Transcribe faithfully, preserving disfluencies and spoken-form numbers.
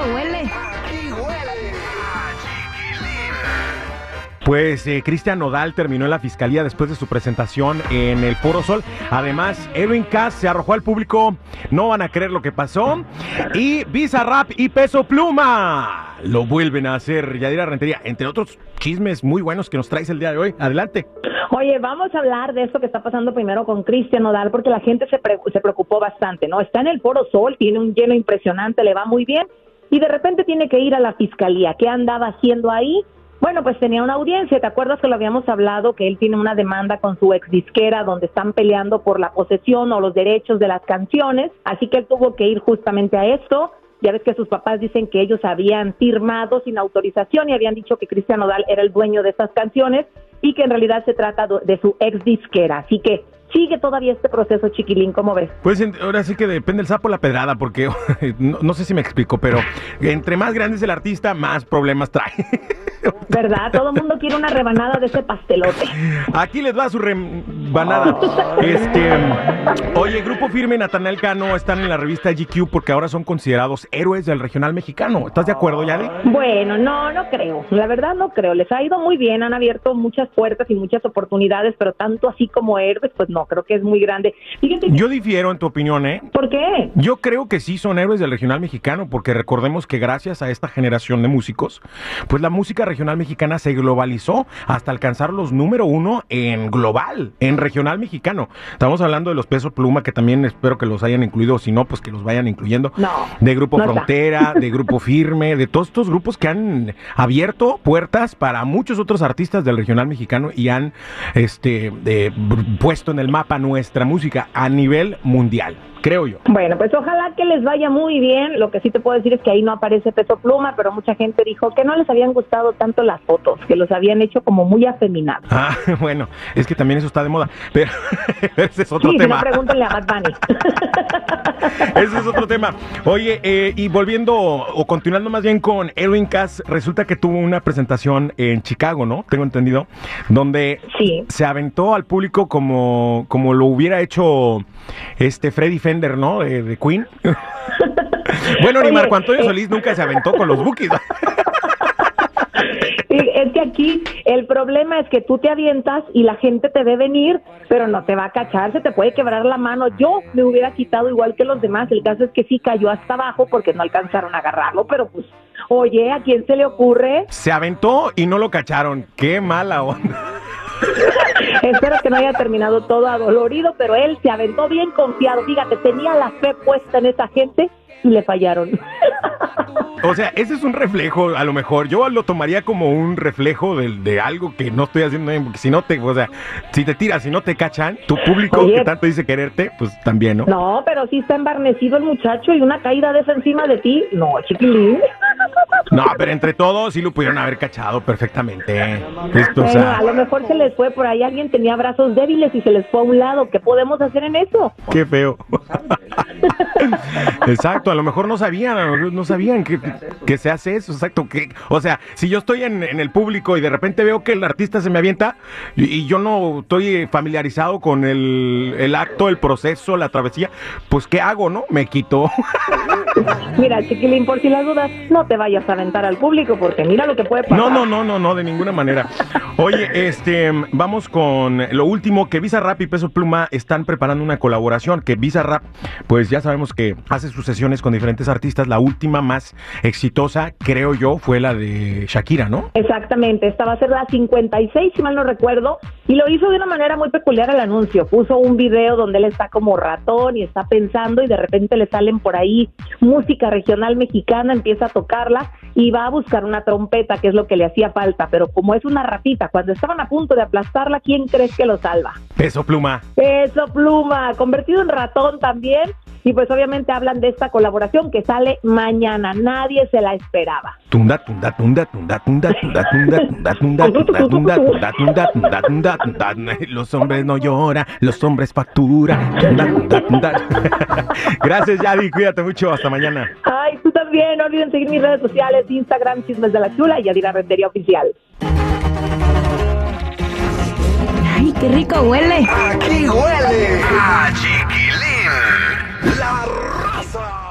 huele. Pues eh, Cristian Nodal terminó en la fiscalía después de su presentación en el Foro Sol. Además, Edwin Cass se arrojó al público. No van a creer lo que pasó. Y Bizarrap y Peso Pluma lo vuelven a hacer. Yadira Rentería, entre otros chismes muy buenos que nos traes el día de hoy. Adelante. Oye, vamos a hablar de esto que está pasando primero con Cristian Nodal, porque la gente se, pre se preocupó bastante, ¿no? Está en el Foro Sol, tiene un lleno impresionante, le va muy bien, y de repente tiene que ir a la fiscalía. ¿Qué andaba haciendo ahí? Bueno, pues tenía una audiencia. ¿Te acuerdas que lo habíamos hablado? Que él tiene una demanda con su ex disquera donde están peleando por la posesión o los derechos de las canciones. Así que él tuvo que ir justamente a esto. Ya ves que sus papás dicen que ellos habían firmado sin autorización y habían dicho que Cristian Nodal era el dueño de esas canciones y que en realidad se trata de su ex disquera. Así que sigue todavía este proceso, chiquilín, ¿cómo ves? Pues ahora sí que depende el sapo la pedrada, porque no, no sé si me explico, pero entre más grande es el artista, más problemas trae. ¿Verdad? Todo el mundo quiere una rebanada de ese pastelote. Aquí les va su rebanada. Este, oye, Grupo Firme y Natanael Cano están en la revista G Q porque ahora son considerados héroes del regional mexicano. ¿Estás de acuerdo, Yadi? Bueno, no, no creo. La verdad no creo. Les ha ido muy bien, han abierto muchas puertas y muchas oportunidades, pero tanto así como héroes, pues no, creo que es muy grande. Fíjate que... Yo difiero en tu opinión, ¿eh? ¿Por qué? Yo creo que sí son héroes del regional mexicano, porque recordemos que gracias a esta generación de músicos, pues la música regional mexicana se globalizó hasta alcanzar los número uno en global, en regional mexicano. Estamos hablando de los Peso Pluma, que también espero que los hayan incluido, o si no, pues que los vayan incluyendo. No, de Grupo no Frontera, está. De Grupo Firme, de todos estos grupos que han abierto puertas para muchos otros artistas del regional mexicano y han este eh, puesto en el mapa nuestra música a nivel mundial, creo yo. Bueno, pues ojalá que les vaya muy bien. Lo que sí te puedo decir es que ahí no aparece Peso Pluma, pero mucha gente dijo que no les habían gustado tanto las fotos, que los habían hecho como muy afeminados. Ah, bueno, es que también eso está de moda, pero ese es otro sí, tema. Sí, no, pregúntenle a Bad Bunny. Ese es otro tema. Oye, eh, y volviendo, o continuando más bien con Edwin Cass, resulta que tuvo una presentación en Chicago, ¿no? Tengo entendido, donde sí. se aventó al público como, como lo hubiera hecho este Freddy Fender, ¿no? De, de Queen. Bueno, ni Oye, Marco Antonio eh... Solís nunca se aventó con los Bukis. Sí, es que aquí el problema es que tú te avientas y la gente te ve venir, pero no te va a cachar, se te puede quebrar la mano. Yo me hubiera quitado igual que los demás. El caso es que sí cayó hasta abajo porque no alcanzaron a agarrarlo, pero pues, oye, ¿a quién se le ocurre? Se aventó y no lo cacharon. Qué mala onda. Espero que no haya terminado todo adolorido, pero él se aventó bien confiado. Fíjate, tenía la fe puesta en esa gente y le fallaron. O sea, ese es un reflejo, a lo mejor. Yo lo tomaría como un reflejo de, de algo que no estoy haciendo bien, porque si no te, o sea, si te tiras, si no te cachan, tu público Oye, que tanto dice quererte, pues también, ¿no? No, pero sí está embarnecido el muchacho y una caída de esa encima de ti, no, chiquilín. No, pero entre todos sí lo pudieron haber cachado perfectamente. Esto, bueno, o sea... a lo mejor se les fue por ahí, alguien tenía brazos débiles y se les fue a un lado. ¿Qué podemos hacer en eso? Qué feo. Exacto, a lo mejor no sabían, a lo mejor no sabían que, que se hace eso, exacto. Que, o sea, si yo estoy en, en el público y de repente veo que el artista se me avienta y, y yo no estoy familiarizado con el, el acto, el proceso, la travesía, pues ¿qué hago, no? Me quito. Mira, chiquilín, por si las dudas, no te vayas a aventar al público porque mira lo que puede pasar. No, no, no, no, no, de ninguna manera. Oye, este, vamos con lo último, que Bizarrap y Peso Pluma están preparando una colaboración, que Bizarrap, pues ya sabemos que hace sus sesiones con diferentes artistas. La última más exitosa, creo yo, fue la de Shakira, ¿no? Exactamente, esta va a ser la cincuenta y seis, si mal no recuerdo, y lo hizo de una manera muy peculiar el anuncio. Puso un video donde él está como ratón y está pensando y de repente le salen por ahí música regional mexicana, empieza a tocarla y va a buscar una trompeta, que es lo que le hacía falta, pero como es una ratita, cuando estaban a punto de aplastarla, ¿quién crees que lo salva? Peso Pluma. Peso Pluma, convertido en ratón también. Y pues obviamente hablan de esta colaboración que sale mañana. Nadie se la esperaba. Tunda, tunda, tunda, tunda, tunda, tunda, tunda, tunda, tunda, tunda, tunda, tunda, tunda, tunda, tunda. Los hombres no lloran, los hombres facturan. Tunda, tunda, tunda. Gracias, Yadi. Cuídate mucho. Hasta mañana. Ay, tú también. No olviden seguir mis redes sociales, Instagram, Chismes de la Chula y Yadira Rentería Oficial. Ay, qué rico huele. Aquí huele a chiquilín. La raza.